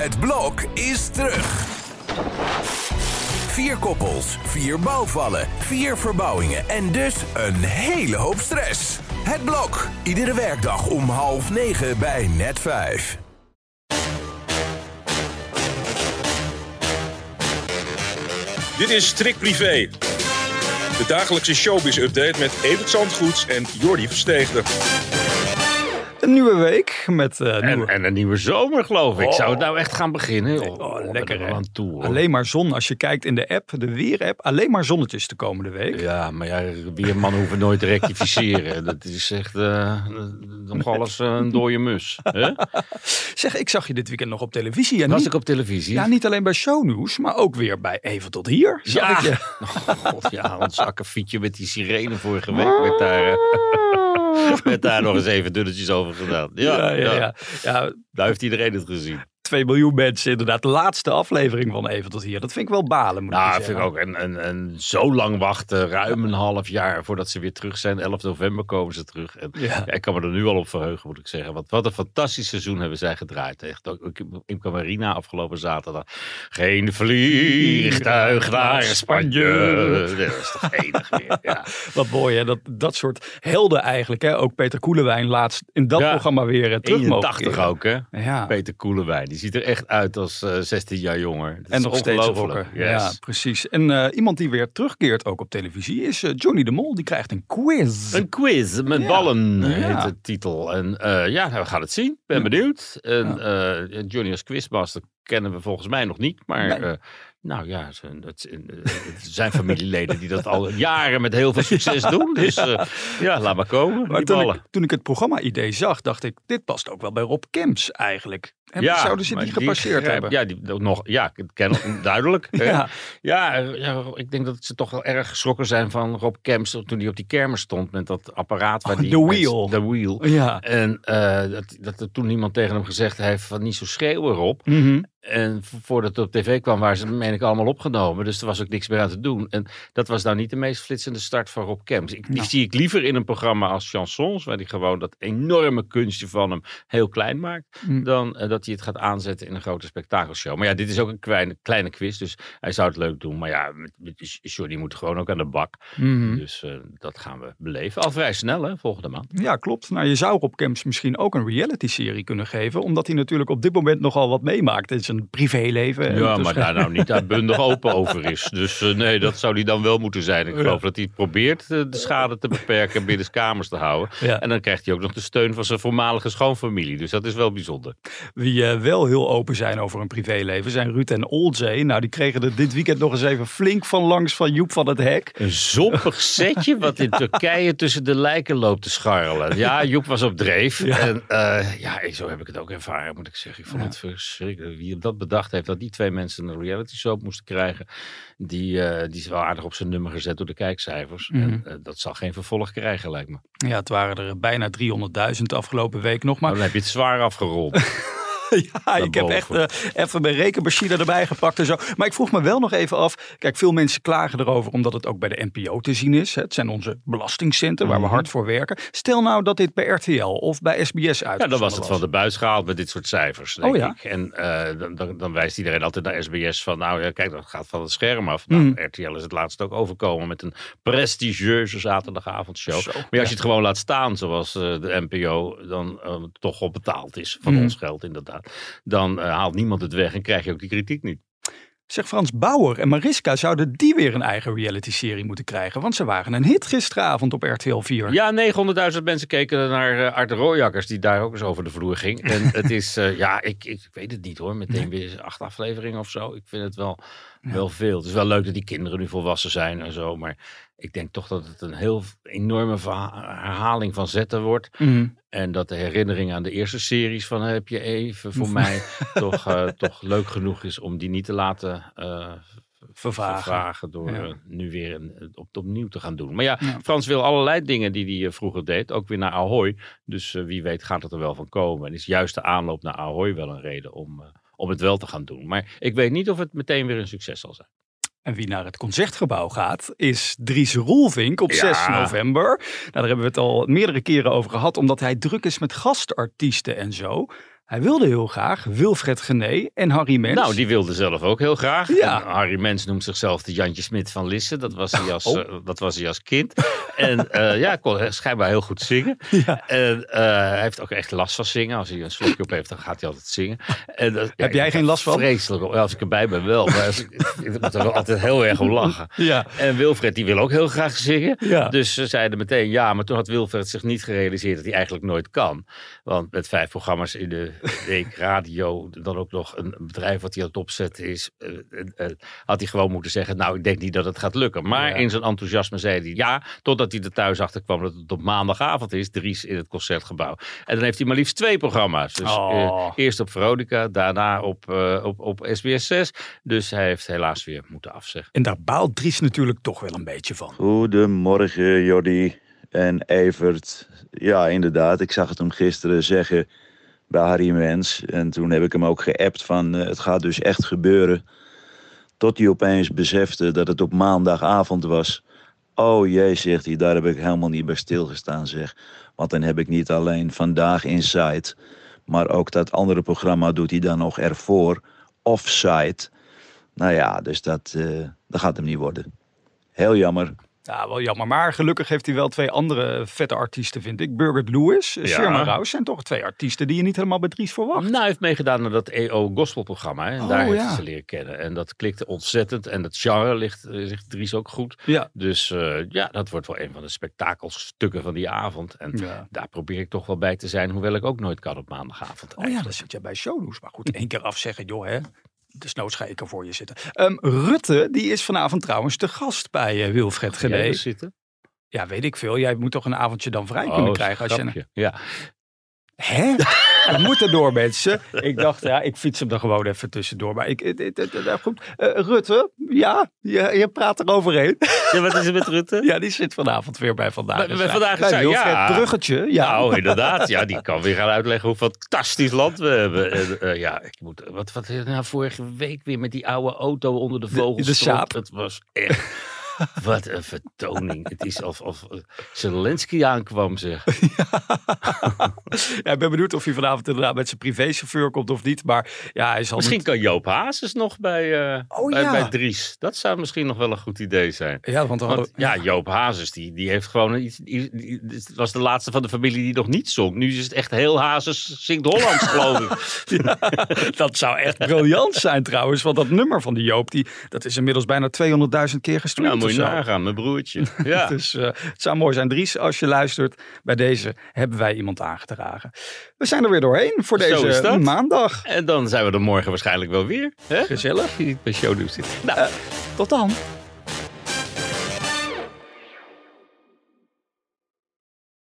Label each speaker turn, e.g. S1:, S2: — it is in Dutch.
S1: Het blok is terug. 4 koppels, 4 bouwvallen, 4 verbouwingen en dus een hele hoop stress. Het blok, iedere werkdag om 8:30 bij Net5.
S2: Dit is Trick Privé. De dagelijkse showbiz-update met Evert Zandgoeds en Jordi Versteegde.
S3: Een nieuwe week met
S4: En een nieuwe zomer, geloof ik. Zou het nou echt gaan beginnen?
S3: Lekker, hè?
S4: Aan toe, hoor.
S3: Alleen maar zon. Als je kijkt in de app, de weerapp, alleen maar zonnetjes de komende week.
S4: Ja, maar ja, weermannen hoeven nooit te rectificeren. Dat is echt nog alles een dode mus. Hè?
S3: Zeg, ik zag je dit weekend nog op televisie. En
S4: Was
S3: niet,
S4: ik op televisie?
S3: ja, niet alleen bij Shownieuws, maar ook weer bij Even tot hier. Zag ik je.
S4: Oh, God, ja, ons akkefietje met die sirene vorige week werd daar nog eens even dunnetjes over gedaan. Ja. Daar heeft iedereen het gezien.
S3: 2 miljoen mensen inderdaad. De laatste aflevering van Even tot hier. Dat vind ik wel balen, moet ik
S4: Nou,
S3: zeggen.
S4: vind ik ook. En zo lang wachten, ruim een half jaar voordat ze weer terug zijn. 11 november komen ze terug. En
S3: Ja.
S4: ik kan me er nu al op verheugen, moet ik zeggen. Want wat een fantastisch seizoen hebben zij gedraaid. Echt ook Imca Marina afgelopen zaterdag. Geen vliegtuig naar Spanje. Dat is toch enig weer. Ja.
S3: Wat mooi, hè? Dat soort helden eigenlijk. Hè? Ook Peter Koelewijn laatst in dat programma weer terug mogen
S4: 81
S3: keren.
S4: ook, hè?
S3: Ja.
S4: Peter Koelewijn. Die ziet er echt uit als 16 jaar jonger. Dat
S3: En
S4: is
S3: nog steeds
S4: ongelooflijk.
S3: rocker.
S4: Yes.
S3: Ja, precies. En iemand die weer terugkeert ook op televisie is Johnny de Mol. Die krijgt een quiz.
S4: Een quiz met ballen
S3: Ja.
S4: heet de titel. En we gaan het zien. Ben benieuwd. En Johnny als quizmaster kennen we volgens mij nog niet. Maar het zijn familieleden die dat al jaren met heel veel succes doen. Dus laat maar komen.
S3: Maar
S4: die ballen.
S3: toen ik het programma-idee zag, dacht ik, dit past ook wel bij Rob Kemps eigenlijk. Zouden ze
S4: maar
S3: die gepasseerd hebben?
S4: Ja, ik ken duidelijk.
S3: Ja.
S4: Ja, ik denk dat ze toch wel erg geschrokken zijn van Rob Kemps toen hij op die kermis stond met dat apparaat. Waar die
S3: The Wheel.
S4: The Wheel.
S3: Ja.
S4: En dat er toen iemand tegen hem gezegd heeft van niet zo schreeuwen Rob.
S3: Mhm.
S4: En voordat het op tv kwam waren ze, meen ik, allemaal opgenomen. Dus er was ook niks meer aan te doen. En dat was nou niet de meest flitsende start van Rob Kemps. Die zie ik liever in een programma als Chansons, waar hij gewoon dat enorme kunstje van hem heel klein maakt, dan dat hij het gaat aanzetten in een grote spektakelshow. Maar ja, dit is ook een kleine quiz, dus hij zou het leuk doen. Maar ja, Johnny moet gewoon ook aan de bak.
S3: Mhm.
S4: Dus dat gaan we beleven. Al vrij snel, hè, volgende maand.
S3: Ja, klopt. Nou, je zou Rob Kemps misschien ook een reality-serie kunnen geven, omdat hij natuurlijk op dit moment nogal wat meemaakt in zijn privéleven.
S4: Ja,
S3: Dus-
S4: maar daar nou niet uitbundig open over is. Dus nee, dat zou hij dan wel moeten zijn. Ik geloof dat hij probeert de schade te beperken en binnen kamers te houden.
S3: Ja.
S4: En dan krijgt hij ook nog de steun van zijn voormalige schoonfamilie. Dus dat is wel bijzonder.
S3: Wie wel heel open zijn over hun privéleven zijn Ruud en Olzee. Nou, die kregen er dit weekend nog eens even flink van langs van Joep van het Hek.
S4: Een zompig setje wat in Turkije tussen de lijken loopt te scharrelen. Ja, Joep was op dreef.
S3: Ja.
S4: En zo heb ik het ook ervaren, moet ik zeggen. Ik vond het verschrikkelijk. Wie dat bedacht heeft, dat die 2 mensen een reality soap moesten krijgen. Die is wel aardig op zijn nummer gezet door de kijkcijfers. En dat zal geen vervolg krijgen, lijkt me.
S3: Ja, het waren er bijna 300.000 de afgelopen week nog maar.
S4: Dan heb je het zwaar afgerond.
S3: Ja, ik heb echt even mijn rekenmachine erbij gepakt en zo. Maar ik vroeg me wel nog even af. Kijk, veel mensen klagen erover omdat het ook bij de NPO te zien is. Het zijn onze belastingcenten waar we hard voor werken. Stel nou dat dit bij RTL of bij SBS uitgezonden
S4: Ja, dan was het van de buis gehaald met dit soort cijfers, denk ik. En dan wijst iedereen altijd naar SBS van, nou ja, kijk, dat gaat van het scherm af. Nou, RTL is het laatst ook overkomen met een prestigieuze zaterdagavondshow. Maar als je het gewoon laat staan, zoals de NPO dan toch op betaald is, van ons geld inderdaad, dan haalt niemand het weg en krijg je ook die kritiek niet.
S3: Zeg, Frans Bauer en Mariska zouden die weer een eigen reality-serie moeten krijgen. Want ze waren een hit gisteravond op RTL 4.
S4: Ja, 900.000 mensen keken naar Art de Rooijakkers, die daar ook eens over de vloer ging. En het is, ik weet het niet hoor, meteen weer 8 afleveringen of zo. Ik vind het wel veel. Het is wel leuk dat die kinderen nu volwassen zijn en zo, maar ik denk toch dat het een heel enorme herhaling van zetten wordt. En dat de herinnering aan de eerste series van heb je even voor mij toch leuk genoeg is om die niet te laten vervagen door nu weer opnieuw te gaan doen. Maar ja, Frans wil allerlei dingen die hij vroeger deed, ook weer naar Ahoy. Dus wie weet gaat het er wel van komen. En is juist de aanloop naar Ahoy wel een reden om het wel te gaan doen. Maar ik weet niet of het meteen weer een succes zal zijn.
S3: En wie naar het Concertgebouw gaat, is Dries Roelvink op 6 november. Nou, daar hebben we het al meerdere keren over gehad, omdat hij druk is met gastartiesten en zo. Hij wilde heel graag Wilfred Genee en Harry Mens.
S4: Nou, die wilde zelf ook heel graag.
S3: Ja.
S4: En Harry Mens noemt zichzelf de Jantje Smit van Lisse. Dat was hij als kind. En kon schijnbaar heel goed zingen.
S3: Ja.
S4: En hij heeft ook echt last van zingen. Als hij een slokje op heeft, dan gaat hij altijd zingen. En,
S3: Heb jij geen last van?
S4: Vreselijk. Als ik erbij ben wel. Maar ik moet er wel altijd heel erg om lachen.
S3: Ja.
S4: En Wilfred, die wil ook heel graag zingen.
S3: Ja.
S4: Dus ze zeiden meteen ja. Maar toen had Wilfred zich niet gerealiseerd dat hij eigenlijk nooit kan. Want met 5 programma's in de week radio, dan ook nog een bedrijf wat hij aan het opzetten is, had hij gewoon moeten zeggen, nou, ik denk niet dat het gaat lukken. Maar in zijn enthousiasme zei hij ja, totdat hij er thuis achter kwam dat het op maandagavond is, Dries in het Concertgebouw. En dan heeft hij maar liefst 2 programma's. Dus eerst op Veronica, daarna op SBS 6. Dus hij heeft helaas weer moeten afzeggen.
S3: En daar baalt Dries natuurlijk toch wel een beetje van.
S5: Goedemorgen, Jordi en Evert. Ja, inderdaad. Ik zag het hem gisteren zeggen bij Harry Mens. En toen heb ik hem ook geappt van het gaat dus echt gebeuren. Tot hij opeens besefte dat het op maandagavond was. Oh jee, zegt hij, daar heb ik helemaal niet bij stilgestaan, zeg. Want dan heb ik niet alleen Vandaag Inside, maar ook dat andere programma doet hij dan nog ervoor. Offside. Nou ja, dus dat gaat hem niet worden. Heel jammer.
S3: Ja, wel jammer. Maar gelukkig heeft hij wel 2 andere vette artiesten, vind ik. Burgert Lewis, Sherman Rouse zijn toch 2 artiesten die je niet helemaal bij Dries verwacht.
S4: Nou, hij heeft meegedaan aan dat EO gospelprogramma. Hè? En daar heeft hij ze leren kennen. En dat klikte ontzettend. En dat genre ligt Dries ook goed.
S3: Ja.
S4: Dus dat wordt wel een van de spektakelstukken van die avond. En daar probeer ik toch wel bij te zijn. Hoewel ik ook nooit kan op maandagavond.
S3: Oh ja, dan zit je bij Shownieuws. Maar goed, 1 keer afzeggen, joh hè. Desnoods ga ik er voor je zitten. Rutte, die is vanavond trouwens te gast bij Wilfred Genee.
S4: Zitten?
S3: Ja, weet ik veel. Jij moet toch een avondje dan vrij kunnen krijgen. Als je
S4: ja.
S3: Hè? We moeten door, mensen. Ik dacht, ik fiets hem er gewoon even tussendoor. Maar goed. Rutte, je praat er overheen.
S4: Ja, wat is er met Rutte?
S3: Ja, die zit vanavond weer bij Vandaag.
S4: Bij Vandaag is
S3: Wilfred Bruggetje. Ja.
S4: Nou, inderdaad. Ja, die kan weer gaan uitleggen hoe fantastisch land we hebben. En, ik moet, wat vorige week weer met die oude auto onder de vogels.
S3: De Saab.
S4: Het was echt... Wat een vertoning. Het is alsof Zelensky aankwam, zeg.
S3: Ja, ik ben benieuwd of hij vanavond inderdaad met zijn privéchauffeur komt of niet. Maar ja, hij zal
S4: misschien kan Joop Hazes nog bij Dries. Dat zou misschien nog wel een goed idee zijn.
S3: Ja, want
S4: Joop Hazes, die heeft gewoon het was de laatste van de familie die nog niet zong. Nu is het echt heel Hazes zingt Hollands, geloof ik.
S3: Ja, dat zou echt briljant zijn trouwens. Want dat nummer van die Joop, dat is inmiddels bijna 200.000 keer gestreamd.
S4: Nou, moet je nagaan, mijn broertje. Ja.
S3: Dus het zou mooi zijn. Dries, als je luistert, bij deze hebben wij iemand aangedragen. We zijn er weer doorheen voor deze maandag.
S4: En dan zijn we er morgen waarschijnlijk wel weer. Hè?
S3: Gezellig.
S4: Bij Shownieuws zitten.
S3: Nou, tot dan.